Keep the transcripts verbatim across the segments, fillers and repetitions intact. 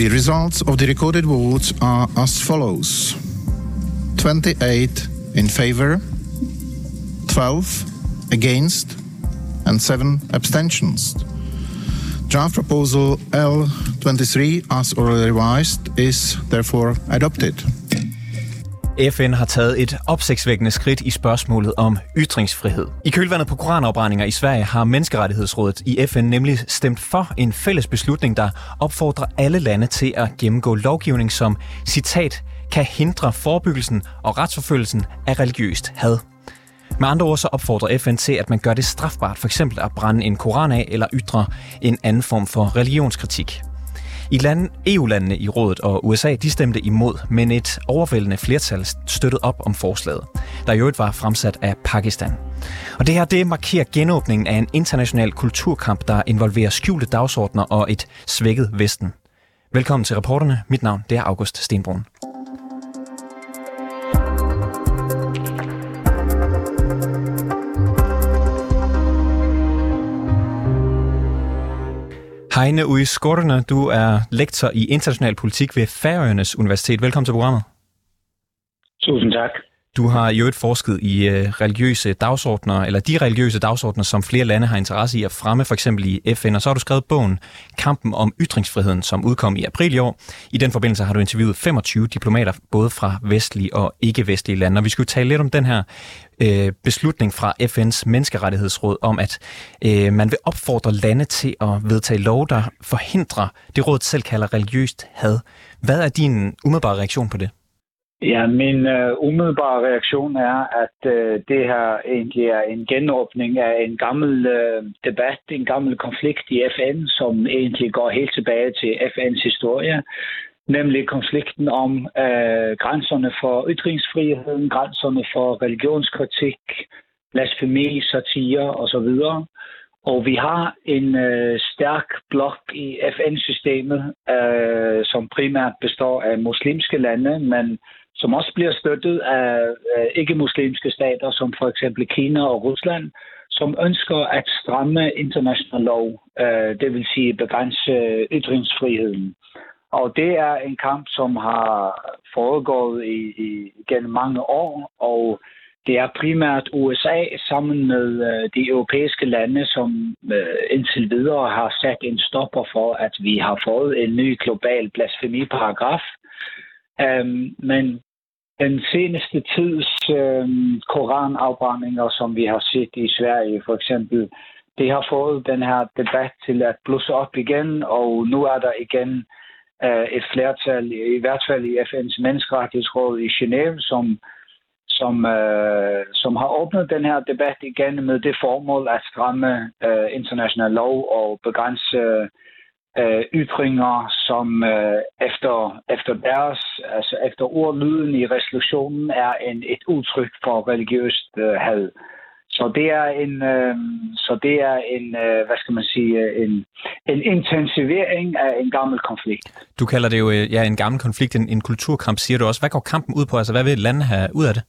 The results of the recorded votes are as follows. twenty-eight in favor, twelve against, and seven abstentions. Draft proposal L twenty-three, as already revised, is therefore adopted. F N har taget et opsigtsvækkende skridt i spørgsmålet om ytringsfrihed. I kølvandet på koranafbrændinger i Sverige har Menneskerettighedsrådet i F N nemlig stemt for en fælles beslutning, der opfordrer alle lande til at gennemgå lovgivning, som, citat, kan hindre forebyggelsen og retsforfølgelsen af religiøst had. Med andre ord så opfordrer F N til, at man gør det strafbart, for eksempel at brænde en koran af eller ytre en anden form for religionskritik. I lande, E U-landene i rådet og U S A, de stemte imod, men et overvældende flertal støttede op om forslaget, der i øvrigt var fremsat af Pakistan. Og det her, det markerer genåbningen af en international kulturkamp, der involverer skjulte dagsordner og et svækket Vesten. Velkommen til reporterne. Mit navn, det er August Stenbrun. Heine Ui Skortene, du er lektor i international politik ved Færøernes Universitet. Velkommen til programmet. Tusind tak. Du har i øvrigt forsket i religiøse dagsordner, eller de religiøse dagsordner, som flere lande har interesse i at fremme, for eksempel i F N. Og så har du skrevet bogen Kampen om ytringsfriheden, som udkom i april i år. I den forbindelse har du interviewet femogtyve diplomater, både fra vestlige og ikke-vestlige lande. Og vi skal jo tale lidt om den her øh, beslutning fra F N's Menneskerettighedsråd om, at øh, man vil opfordre lande til at vedtage lov, der forhindrer det, rådet selv kalder religiøst had. Hvad er din umiddelbare reaktion på det? Ja, min uh, umiddelbare reaktion er, at uh, det her egentlig er en genåbning af en gammel uh, debat, en gammel konflikt i F N, som egentlig går helt tilbage til F N's historie, nemlig konflikten om uh, grænserne for ytringsfriheden, grænserne for religionskritik, blasfemi, satire osv. Og vi har en uh, stærk blok i F N-systemet, uh, som primært består af muslimske lande, men som også bliver støttet af ikke-muslimske stater, som for eksempel Kina og Rusland, som ønsker at stramme international lov, det vil sige begrænse ytringsfriheden. Og det er en kamp, som har foregået i, i, gennem mange år, og det er primært U S A sammen med de europæiske lande, som indtil videre har sat en stopper for, at vi har fået en ny global blasfemiparagraf. Um, men den seneste tids um, koranafbrændinger, som vi har set i Sverige for eksempel, det har fået den her debat til at blusse op igen, og nu er der igen uh, et flertal, i hvert fald i F N's Menneskerettighedsråd i Genève, som, som, uh, som har åbnet den her debat igen med det formål at stramme uh, international lov og begrænse uh, Øh, ytringer, som øh, efter, efter deres, altså efter ordlyden i resolutionen, er en, et udtryk for religiøst øh, had. Så det er en, øh, så det er en, øh, hvad skal man sige, en, en intensivering af en gammel konflikt. Du kalder det jo ja, en gammel konflikt, en, en kulturkamp, siger du også. Hvad går kampen ud på? Altså, hvad vil landet have ud af det?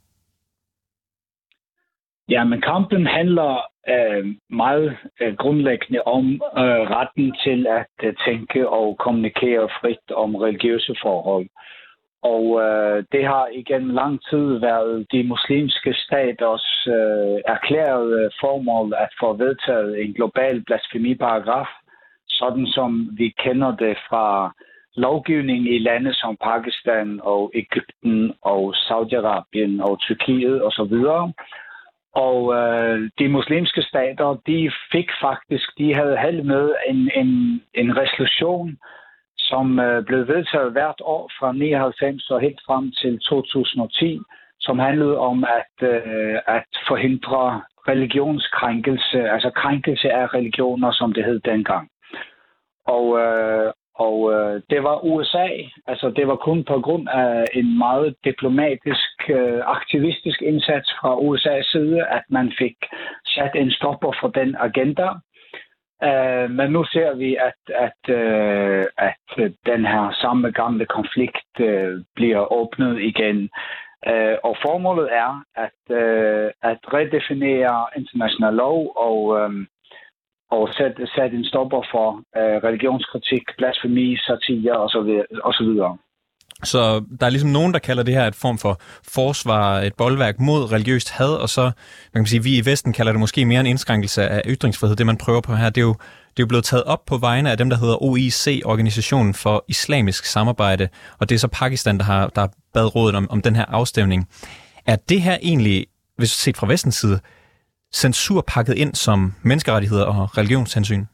Ja, men kampen handler øh, meget øh, grundlæggende om øh, retten til at øh, tænke og kommunikere frit om religiøse forhold. Og øh, det har igennem lang tid været de muslimske staters øh, erklærede formål at få vedtaget en global blasfemiparagraf, sådan som vi kender det fra lovgivning i lande som Pakistan og Egypten og Saudi-Arabien og Tyrkiet osv. Og øh, de muslimske stater, de fik faktisk, de havde held med en, en, en resolution, som øh, blev vedtaget hvert år fra nioghalvfems og helt frem til to tusind og ti, som handlede om at, øh, at forhindre religionskrænkelse, altså krænkelse af religioner, som det hed dengang. Og, øh, og øh, det var U S A, altså det var kun på grund af en meget diplomatisk, øh, aktivistisk indsats fra U S A's side, at man fik sat en stopper for den agenda. Uh, men nu ser vi, at, at, uh, at den her samme gamle konflikt uh, bliver åbnet igen. Uh, og formålet er at, uh, at redefinere international lov og, um, og sætte sat en stopper for øh, religionskritik, blasfemi, satire osv. osv. Så der er ligesom nogen, der kalder det her et form for forsvar, et bolværk mod religiøst had, og så, man kan sige, vi i Vesten kalder det måske mere en indskrænkelse af ytringsfrihed. Det, man prøver på her, det er jo, det er jo blevet taget op på vegne af dem, der hedder O I C, Organisationen for Islamisk Samarbejde, og det er så Pakistan, der har, der har bad rådet om, om den her afstemning. Er det her egentlig, hvis set fra Vestens side, censur pakket ind som menneskerettigheder og religionshensyn?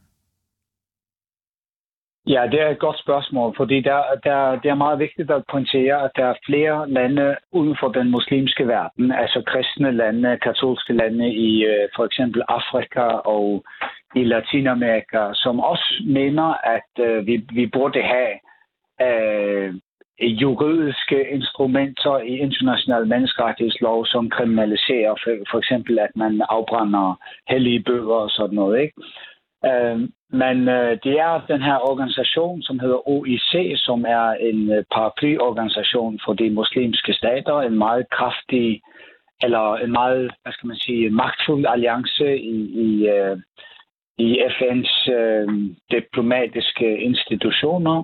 Ja, det er et godt spørgsmål, fordi der, der, det er meget vigtigt at pointere, at der er flere lande uden for den muslimske verden, altså kristne lande, katolske lande i for eksempel Afrika og i Latinamerika, som også mener, at uh, vi, vi burde have uh, juridiske instrumenter i international menneskerettighedslov, som kriminaliserer for, for eksempel, at man afbrænder hellige bøger og sådan noget, ikke? Uh, men uh, det er den her organisation, som hedder O I C, som er en uh, paraplyorganisation for de muslimske stater, en meget kraftig, eller en meget, hvad skal man sige, magtfuld alliance i, i, uh, i F N's uh, diplomatiske institutioner.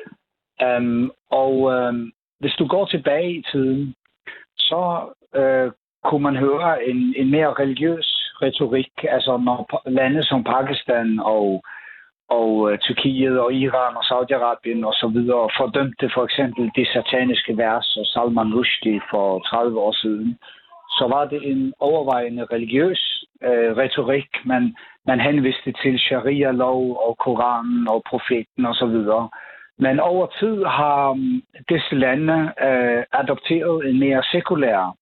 Um, og um, hvis du går tilbage i tiden, så uh, kunne man høre en, en mere religiøs retorik, altså når lande som Pakistan og, og uh, Tyrkiet og Iran og Saudi-Arabien og så videre fordømte for eksempel de sataniske vers og Salman Rushdie for tredive år siden, så var det en overvejende religiøs uh, retorik. Man, man henviste til sharia-lov og Koranen og profeten og så videre. Men over tid har um, disse lande uh, adopteret en mere sekulær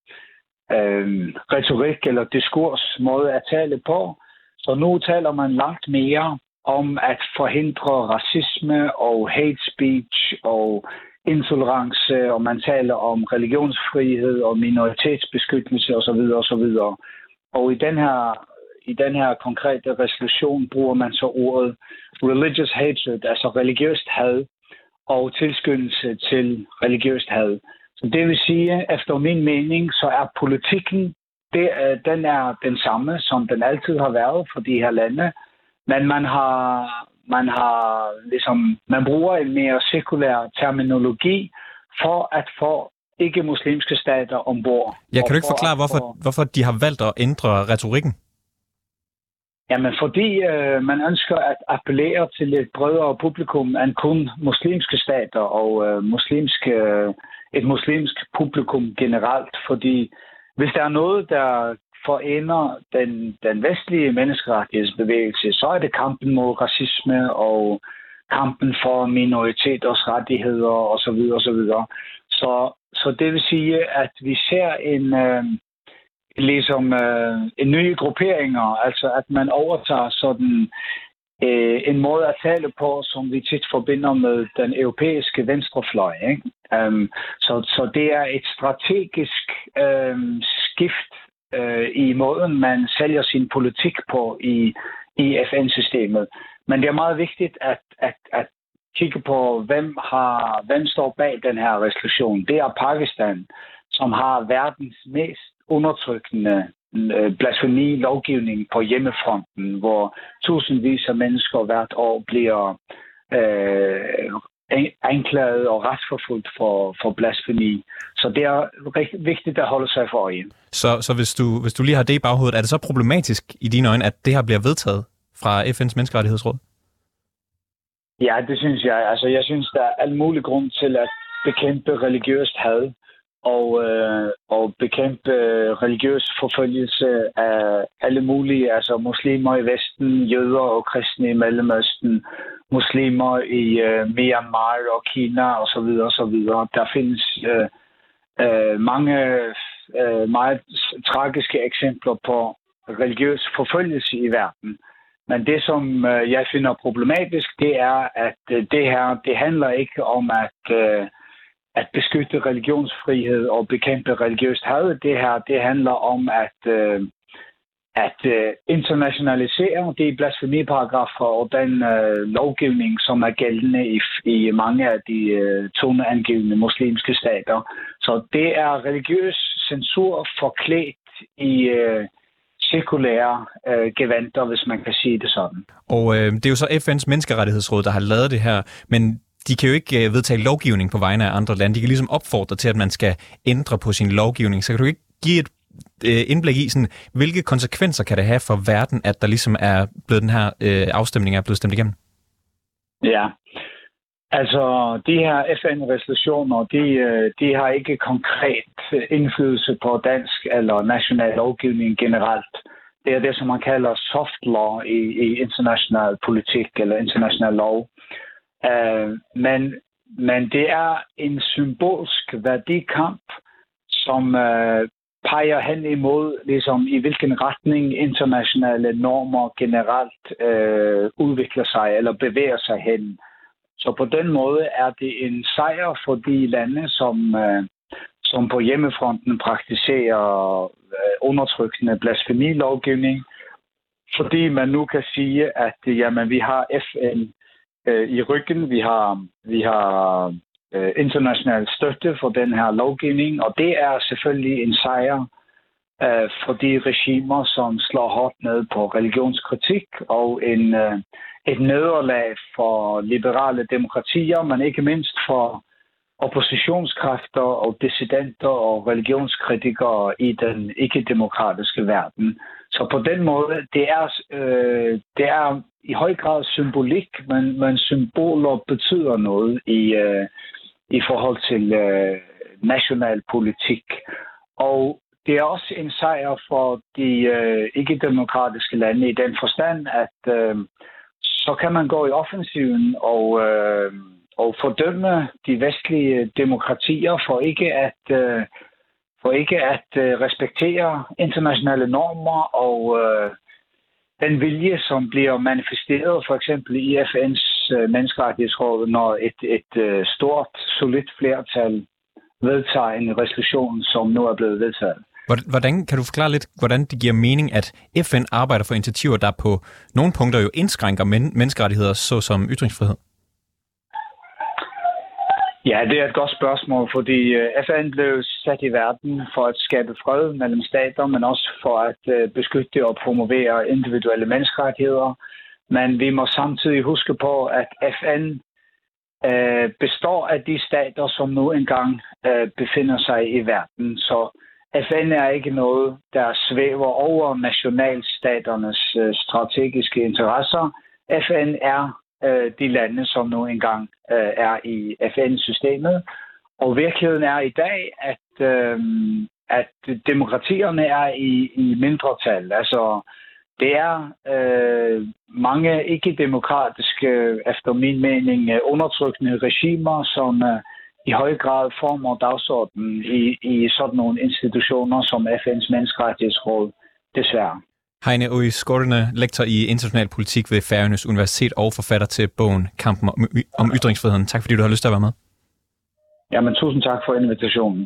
Øh, retorik eller diskurs måde at tale på. Så nu taler man langt mere om at forhindre racisme og hate speech og intolerance, og man taler om religionsfrihed og minoritetsbeskyttelse osv. osv. Og i den her i den her konkrete resolution bruger man så ordet religious hatred, altså religiøst had og tilskyndelse til religiøst had. Så det vil sige, efter min mening, så er politikken, det, den er den samme, som den altid har været for de her lande. Men man har, man har ligesom, man bruger en mere sekulær terminologi for at få ikke-muslimske stater ombord. Ja, kan du ikke forklare, hvorfor, for... hvorfor de har valgt at ændre retorikken? Jamen, fordi øh, man ønsker at appellere til et bredere publikum end kun muslimske stater og øh, muslimske... Øh, et muslimsk publikum generelt, fordi hvis der er noget, der forener den, den vestlige menneskerettighedsbevægelse, så er det kampen mod racisme og kampen for minoriteters rettigheder osv. osv. Så, så det vil sige, at vi ser en, øh, ligesom, øh, en nye grupperinger, altså at man overtager sådan en måde at tale på, som vi tit forbinder med den europæiske venstrefløj. Ikke? Um, så, så det er et strategisk um, skift uh, i måden, man sælger sin politik på i, i F N-systemet. Men det er meget vigtigt at, at, at kigge på, hvem, har, hvem står bag den her resolution. Det er Pakistan, som har verdens mest undertrykkende blasfemi-lovgivning på hjemmefronten, hvor tusindvis af mennesker hvert år bliver øh, anklaget og retsforfulgt for, for blasfemi. Så det er rigtig vigtigt at holde sig for øje. Så, så hvis, du, hvis du lige har det i baghovedet, er det så problematisk i dine øjne, at det her bliver vedtaget fra F N's Menneskerettighedsråd? Ja, det synes jeg. Altså, jeg synes, der er al mulig grund til at bekæmpe religiøst had og, øh, og bekæmpe religiøs forfølgelse af alle mulige, altså muslimer i Vesten, jøder og kristne i Mellemøsten, muslimer i øh, Myanmar og Kina osv. osv. Der findes øh, øh, mange øh, meget tragiske eksempler på religiøs forfølgelse i verden. Men det, som øh, jeg finder problematisk, det er, at øh, det her, det handler ikke om at øh, at beskytte religionsfrihed og bekæmpe religiøst had. Det her, det handler om at, øh, at øh, internationalisere de blasfemiparagrafer og den øh, lovgivning, som er gældende i, i mange af de øh, toneangivende muslimske stater. Så det er religiøs censur forklædt i øh, sekulære øh, gevandter, hvis man kan sige det sådan. Og øh, det er jo så F N's menneskerettighedsråd, der har lavet det her, men de kan jo ikke øh, vedtage lovgivning på vegne af andre lande. De kan ligesom opfordre til, at man skal ændre på sin lovgivning. Så kan du ikke give et øh, indblik i, sådan, hvilke konsekvenser kan det have for verden, at der ligesom er blevet den her øh, afstemning er blevet stemt igennem? Ja, altså de her F N-resolutioner, de, de har ikke konkret indflydelse på dansk eller national lovgivning generelt. Det er det, som man kalder soft law i, i international politik eller international lov. Uh, men, men det er en symbolsk værdikamp, som uh, peger hen imod, ligesom, i hvilken retning internationale normer generelt uh, udvikler sig eller bevæger sig hen. Så på den måde er det en sejr for de lande, som, uh, som på hjemmefronten praktiserer uh, undertrykkende blasfemilovgivning, fordi man nu kan sige, at jamen, vi har F N uh, i ryggen, vi har, vi har uh, international støtte for den her lovgivning, og det er selvfølgelig en sejr uh, for de regimer, som slår hårdt ned på religionskritik, og en, uh, et nederlag for liberale demokratier, men ikke mindst for oppositionskræfter og dissidenter og religionskritikere i den ikke-demokratiske verden. Så på den måde, det er, øh, det er i høj grad symbolik, men, men symboler betyder noget i, øh, i forhold til øh, national politik. Og det er også en sejr for de øh, ikke-demokratiske lande i den forstand, at øh, så kan man gå i offensiven og øh, og fordømme de vestlige demokratier for ikke at uh, for ikke at uh, respektere internationale normer og uh, den vilje, som bliver manifesteret for eksempel i F N's uh, menneskerettighedsråd, når et, et uh, stort, solidt flertal vedtager en resolution, som nu er blevet vedtaget. Hvordan, kan du forklare lidt, hvordan det giver mening, at F N arbejder for initiativer, der på nogle punkter jo indskrænker men- menneskerettigheder, såsom ytringsfrihed? Ja, det er et godt spørgsmål, fordi F N blev sat i verden for at skabe fred mellem stater, men også for at beskytte og promovere individuelle menneskerettigheder. Men vi må samtidig huske på, at F N øh, består af de stater, som nu engang øh, befinder sig i verden. Så F N er ikke noget, der svæver over nationalstaternes øh, strategiske interesser. F N er de lande, som nu engang øh, er i F N-systemet. Og virkeligheden er i dag, at, øh, at demokratierne er i, i mindretal. Altså, det er øh, mange ikke-demokratiske, efter min mening, undertrykkende regimer, som øh, i høj grad former dagsordenen i, i sådan nogle institutioner som F N's menneskerettighedsråd, desværre. Heine Øy Skorne, lektor i international politik ved Færøernes Universitet og forfatter til bogen Kampen om, om ytringsfriheden. Tak fordi du har lyst til at være med. Jamen, tusind tak for invitationen.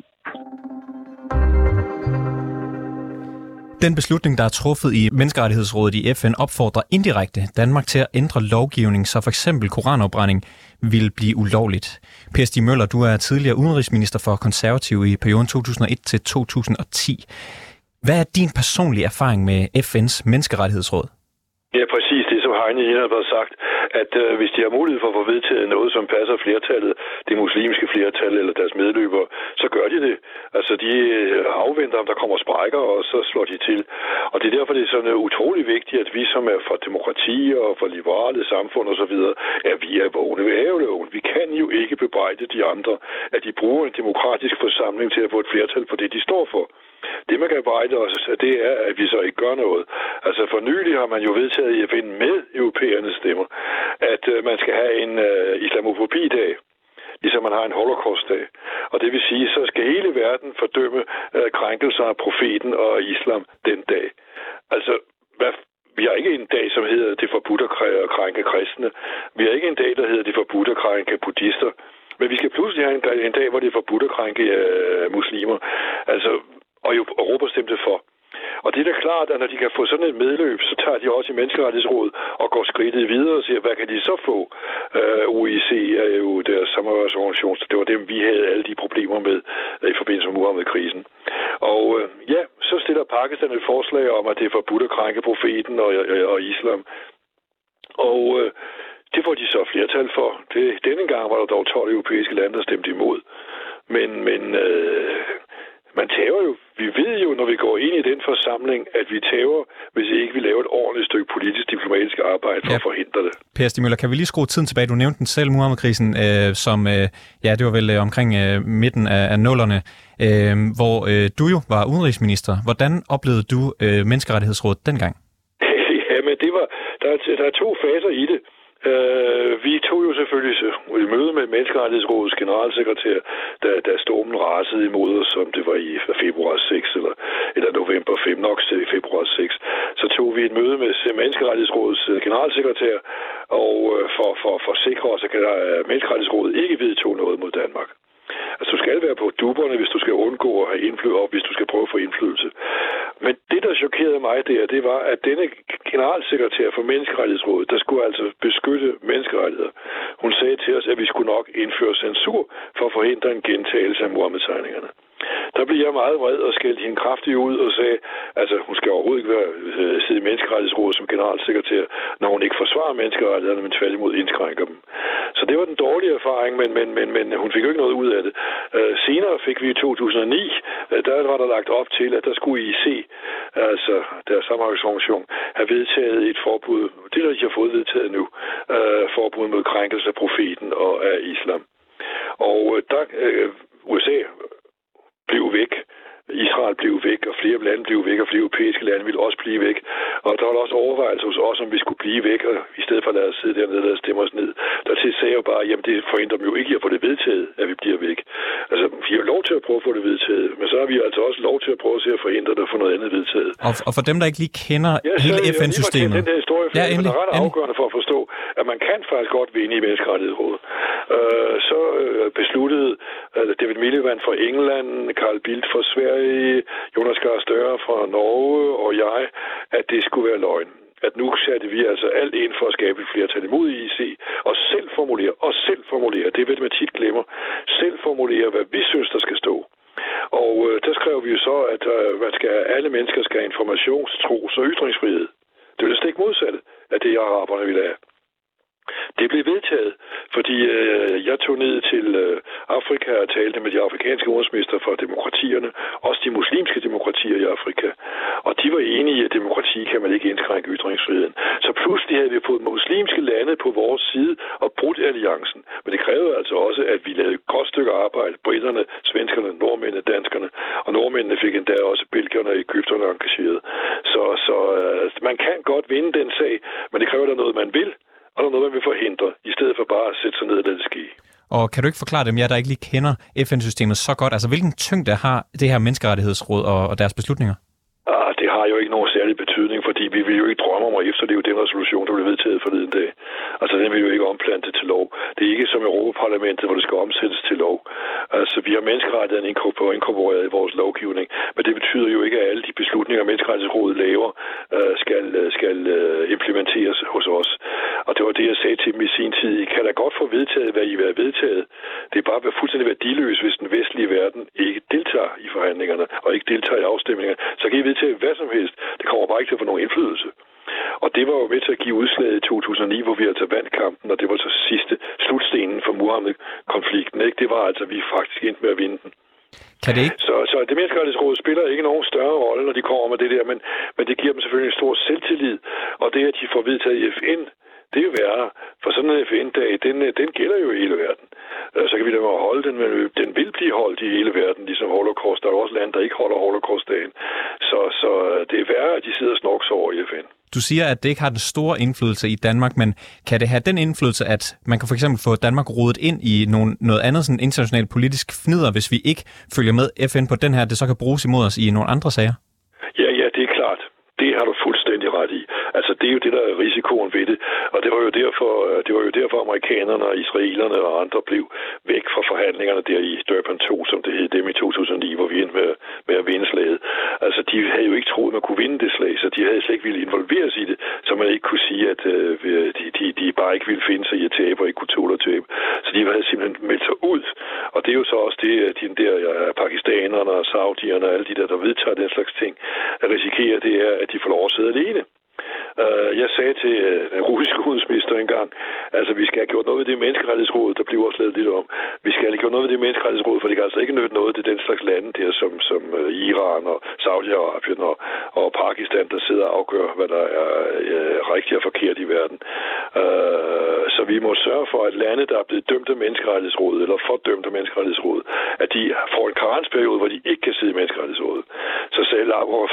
Den beslutning, der er truffet i Menneskerettighedsrådet i F N, opfordrer indirekte Danmark til at ændre lovgivning, så for eksempel koranafbrænding vil blive ulovligt. Per Stig Møller, du er tidligere udenrigsminister for Konservative i perioden to tusind og et til to tusind og ti. Hvad er din personlige erfaring med F N's menneskerettighedsråd? Ja, præcis det, som Heine lige har sagt, at øh, hvis de har mulighed for at få vedtaget noget, som passer flertallet, det muslimske flertal eller deres medløbere, så gør de det. Altså, de afventer, om der kommer sprækker, og så slår de til. Og det er derfor, det er sådan utrolig vigtigt, at vi, som er for demokrati og for liberale samfund osv., at vi er vågne ved havelågen. Vi kan jo ikke bebrejde de andre, at de bruger en demokratisk forsamling til at få et flertal for det, de står for. Det, man kan bebrejde os, det er, at vi så ikke gør noget. Altså, for nylig har man jo vedtaget i F N med europæernes stemmer, at øh, man skal have en øh, islamofobi-dag, ligesom man har en holocaust-dag. Og det vil sige, så skal hele verden fordømme øh, krænkelser af profeten og islam den dag. Altså, hvad, vi har ikke en dag, som hedder det forbudt at krænke kristne. Vi har ikke en dag, der hedder det forbudt at krænke buddhister. Men vi skal pludselig have en, en dag, hvor det er forbudt at krænke øh, muslimer. Altså, og Europa stemte for. Og det er da klart, at når de kan få sådan et medløb, så tager de også i Menneskerettighedsrådet og går skridtet videre og siger, hvad kan de så få? Uh, O I C er jo deres samarbejdsorganisation, så det var dem, vi havde alle de problemer med uh, i forbindelse med Muhammed-krisen. Og uh, ja, så stiller Pakistan et forslag om, at det er forbudt at krænke profeten og, og, og islam. Og uh, det får de så flertal for. Det, denne gang var der dog tolv europæiske lande, der stemte imod. Men, men øh, man tager jo, vi ved jo, når vi går ind i den forsamling, at vi tager, hvis ikke vi laver et ordentligt stykke politisk diplomatisk arbejde for ja. at forhindre det. Per Stig Møller, kan vi lige skrue tiden tilbage? Du nævnte den selv, Muhammed-krisen, øh, som, øh, ja, det var vel øh, omkring øh, midten af, af nullerne, øh, hvor øh, du jo var udenrigsminister. Hvordan oplevede du øh, Menneskerettighedsrådet dengang? Ja, men det var, der, er, der er to faser i det. Uh, vi tog jo selvfølgelig et møde med Menneskerettighedsrådets generalsekretær, da, da stormen rasede imod os, som det var i februar seks eller, eller november fem, nok februar seks. Så tog vi et møde med Menneskerettighedsrådets generalsekretær, og uh, for, for, for at sikre os, at Menneskerettighedsrådet ikke vedtog noget mod Danmark. Altså, du skal være på dupperne, hvis du skal undgå at have indflydelse op, hvis du skal prøve at få indflydelse. Men det, der chokerede mig der, det var, at denne generalsekretær for Menneskerettighedsrådet, der skulle altså beskytte menneskerettigheder, hun sagde til os, at vi skulle nok indføre censur for at forhindre en gentagelse af Muhammed-tegningerne. Der blev jeg meget vred og skældte hende kraftigt ud og sagde, altså hun skal overhovedet ikke være, øh, sidde i Menneskerettighedsrådet som generalsekretær, når hun ikke forsvarer menneskerettighederne, men tværtimod indskrænker dem. Så det var den dårlige erfaring, men, men, men, men hun fik jo ikke noget ud af det. Øh, senere fik vi i to tusind og ni, øh, der var der lagt op til, at der skulle I C, altså deres samarbejdsorganisation, have vedtaget et forbud, det der de har fået vedtaget nu, øh, forbud mod krænkelse af profeten og af islam. Og øh, der øh, U S A blev væk. Israel blev væk, og flere lande blev væk, og flere europæiske lande ville også blive væk. Og der var også overvejelse hos os, om vi skulle blive væk, og i stedet for at lade os sidde dernede og lade os stemme os ned. Der til sagde jeg bare, jamen det forhindrer dem jo ikke at få det vedtaget, at vi bliver væk. Altså, vi har lov til at prøve at få det vedtaget, men så har vi altså også lov til at prøve at se at forhindre det at få noget andet vedtaget. Og, og for dem, der ikke lige kender ja, hele F N-systemet... Den her historie, for ja, endelig, det er ret afgørende for at forstå, at man kan faktisk godt vinde i Menneskerettighedsrådet. Uh, så uh, besluttede uh, David Miliband fra England, Carl Bildt fra Sverige, Jonas Gahr Støre fra Norge og jeg, at det skulle være løgn. At nu satte vi altså alt ind for at skabe et flertal imod I C, og selv formulere, og selv formulere, det vil man tit glemmer, selv formulere, hvad vi synes, der skal stå. Og øh, der skrev vi jo så, at øh, man skal, alle mennesker skal have informations-, tros- og ytringsfrihed. Det er det stik modsatte af det, araberne ville have. Det blev vedtaget, fordi øh, jeg tog ned til øh, Afrika og talte med de afrikanske udenrigsministre fra demokratierne, også de muslimske demokratier i Afrika. Og de var enige i, at demokrati kan man ikke indskrænke ytringsfriheden. Så pludselig havde vi fået muslimske lande på vores side og brudt alliancen. Men det krævede altså også, at vi lavede et godt stykke arbejde. Britterne, svenskerne, nordmændene, danskerne. Og nordmændene fik endda også belgierne og egypterne engageret. Så, så øh, man kan godt vinde den sag, men det kræver der noget, man vil. Og der er noget, man vil forhindre, i stedet for bare at sætte sig ned og lade det ske. Og kan du ikke forklare dem, jeg der ikke lige kender F N-systemet så godt? Altså, hvilken tyngde har det her Menneskerettighedsråd og, og deres beslutninger? Ah, det har jo ikke nogen særlig betydning, fordi vi vil jo ikke drømme om at efterleve den resolution, der blev vedtaget forleden dag. Altså, den vil jo ikke omplante til lov. Det er ikke som Europaparlamentet, hvor det skal omsættes til lov. Altså, vi har menneskerettighederne inkorporeret i vores lovgivning, men det betyder jo ikke, at alle de beslutninger, Menneskerettighedsrådet laver, skal, skal implementeres hos os. Og det var det, jeg sagde til dem i sin tid. I kan da godt få vedtaget, hvad I vil have vedtaget. Det er bare fuldstændig værdiløst, hvis den vestlige verden ikke deltager i forhandlingerne og ikke deltager i afstemningerne. Så kan I vedtage hvad som helst. Det kommer bare ikke til at få nogen indflydelse. Og det var jo med til at give udslaget i to tusind og ni, hvor vi altså vandt kampen, og det var så sidste slutstenen for Muhammed-konflikten. Ikke? Det var altså, vi faktisk endte med at vinde den. Kan det ikke? Så, så det Menneskerettighedsråd spiller ikke nogen større rolle, når de kommer med det der, men, men det giver dem selvfølgelig en stor selvtillid, og det, at de får vedtaget i F N, det er jo værre, for sådan en F N-dag, den, den gælder jo i hele verden. Så kan vi da bare holde den, men den vil blive holdt i hele verden, ligesom Holocaust. Der er jo også lande, der ikke holder Holocaust-dagen. Så, så det er værre, at de sidder og snorks over i F N. Du siger, at det ikke har den store indflydelse i Danmark, men kan det have den indflydelse, at man kan for eksempel få Danmark rodet ind i nogle, noget andet sådan internationalt politisk fnider, hvis vi ikke følger med F N på den her, det så kan bruges imod os i nogle andre sager? Ja, ja, det er klart. Det har du fuldstændig ret i. Altså, det er jo det, der er risikoen ved det. Og det var jo derfor, det var jo derfor amerikanerne og israelerne og andre blev væk fra forhandlingerne der i Durban to, som det hed dem i to tusind og ni, hvor vi endte med, med at vinde slaget. Altså, de havde jo ikke troet, man kunne vinde det slag, så de havde slet ikke ville involveres i det, så man ikke kunne sige, at øh, de, de, de bare ikke ville finde sig i at tabe og ikke kunne tåle at tabe. Så de havde simpelthen meldt sig ud. Og det er jo så også det, at de der ja, pakistanerne og saudierne og alle de der, der vedtager den slags ting, at risikerer, det er, at de får lov at sidde alene. Uh, jeg sagde til uh, den russiske udenrigsminister engang, altså vi skal have gjort noget ved det menneskerettighedsråd, der bliver også lavet lidt om. Vi skal have gjort noget ved det menneskerettighedsråd, for det kan altså ikke nytte noget til den slags lande der, som, som uh, Iran og Saudi-Arabien og, og Pakistan, der sidder og afgør, hvad der er uh, rigtigt og forkert i verden. Uh, så vi må sørge for, at lande, der er blevet dømt af menneskerettighedsrådet, eller fordømt af menneskerettighedsrådet, at de får en karensperiode, hvor de ikke kan sidde i menneskerettighedsrådet. Så sagde Lavrov,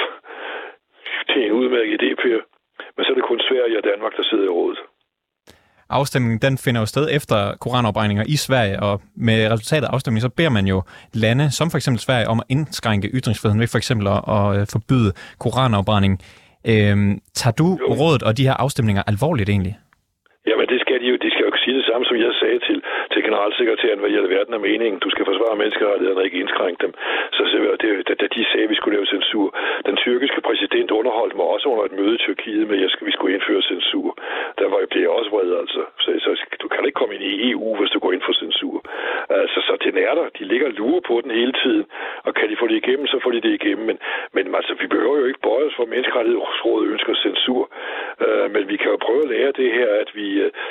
det er en udmærket idé, Per. Men så er det kun Sverige og Danmark, der sidder i rådet. Afstemningen den finder jo sted efter koranafbrændinger i Sverige, og med resultatet af afstemningen, så beder man jo lande, som for eksempel Sverige, om at indskrænke ytringsfriheden ved for eksempel at, at forbyde koranafbrænding. Øhm, tager du jo. rådet og de her afstemninger alvorligt egentlig? Jamen det skal de jo. De skal jo ikke sige det samme, som jeg sagde til, til generalsekretæren, hvad i alverden er meningen. Du skal forsvare menneskerettighederne og ikke indskrænke dem. Så det, da de sagde, at vi skulle lave censur. Den tyrkiske præsident underholdt mig også under et møde i Tyrkiet med, at vi skulle indføre censur. Der var, blev jeg også vred, altså. Så, så du kan ikke komme ind i E U, hvis du går ind for censur. Altså, så den er der. De ligger lure på den hele tiden. Og kan de få det igennem, så får de det igennem. Men, men altså, vi behøver jo ikke bøje os for, menneskerettighedsrådet ønsker censur. Uh, men vi kan jo prøve at lære det her, at vi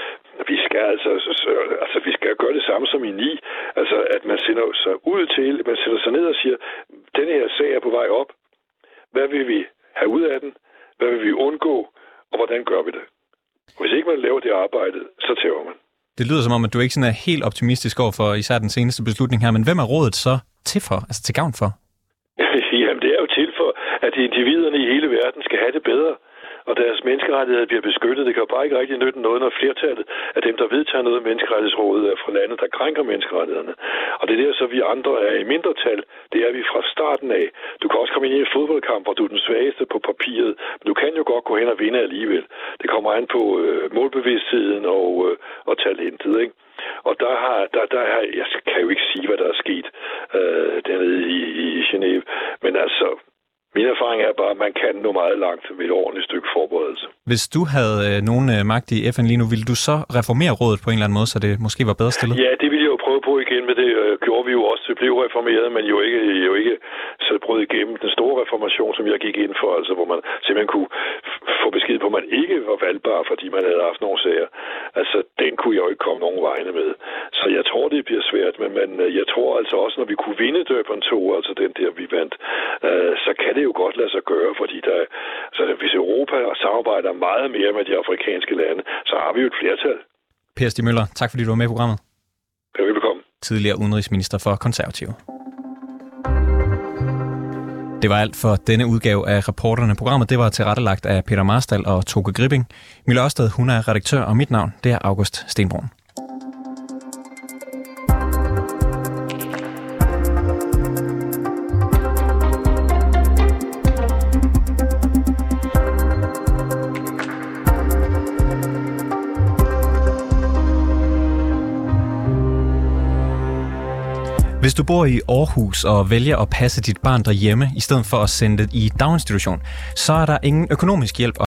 Vi skal altså, altså vi skal gøre det samme som i ni, altså at man sender sig ud til, man sætter sig ned og siger, denne her sag er på vej op. Hvad vil vi have ud af den? Hvad vil vi undgå? Og hvordan gør vi det? Hvis ikke man laver det arbejde, så tæver man. Det lyder som om, at du ikke sådan er helt optimistisk over for især den seneste beslutning her, men hvem er rådet så til for, altså til gavn for? Jamen det er jo til for, at individerne i hele verden skal have det bedre. Og deres menneskerettigheder bliver beskyttet. Det kan jo bare ikke rigtig nytte noget, når flertallet af dem, der vedtager noget af menneskerettighedsrådet, er fra lande, der krænker menneskerettighederne. Og det er der, så vi andre er i mindretal. Det er vi fra starten af. Du kan også komme ind i en fodboldkamp, hvor du er den svageste på papiret. Men du kan jo godt gå hen og vinde alligevel. Det kommer an på øh, målbevidstheden og, øh, og talentet, ikke? Og der har, der, der har, jeg kan jo ikke sige, hvad der er sket øh, dernede i, i Genève. Men altså, min erfaring er bare, at man kan nå meget langt med et ordentligt stykke forberedelse. Hvis du havde øh, nogen øh, magt i F N lige nu, ville du så reformere rådet på en eller anden måde, så det måske var bedre stillet? Ja, det ville jeg jo prøve på igen, men det øh, gjorde vi jo også. Det blev reformeret, men jo ikke, jo ikke så brød igennem den store reformation, som jeg gik ind for, altså hvor man simpelthen kunne få besked på, at man ikke var valgbar, fordi man havde haft nogle sager. Altså, den kunne jeg jo ikke komme nogen vegne med. Så jeg tror, det bliver svært, men, men jeg tror altså også, når vi kunne vinde Durban to, altså den der, vi vandt, øh, så kan det jo godt lade sig gøre, fordi der, altså, hvis Europa samarbejder meget mere med de afrikanske lande, så har vi jo et flertal. Per Stig Møller, tak fordi du var med i programmet. Ja, velbekomme. Tidligere udenrigsminister for Konservative. Det var alt for denne udgave af Reporterne. Programmet det var tilrettelagt af Peter Marstal og Toke Gripping. Mille Ørsted, hun er redaktør, og mit navn det er August Stenbrun. Hvis du bor i Aarhus og vælger at passe dit barn derhjemme, i stedet for at sende det i daginstitution, så er der ingen økonomisk hjælp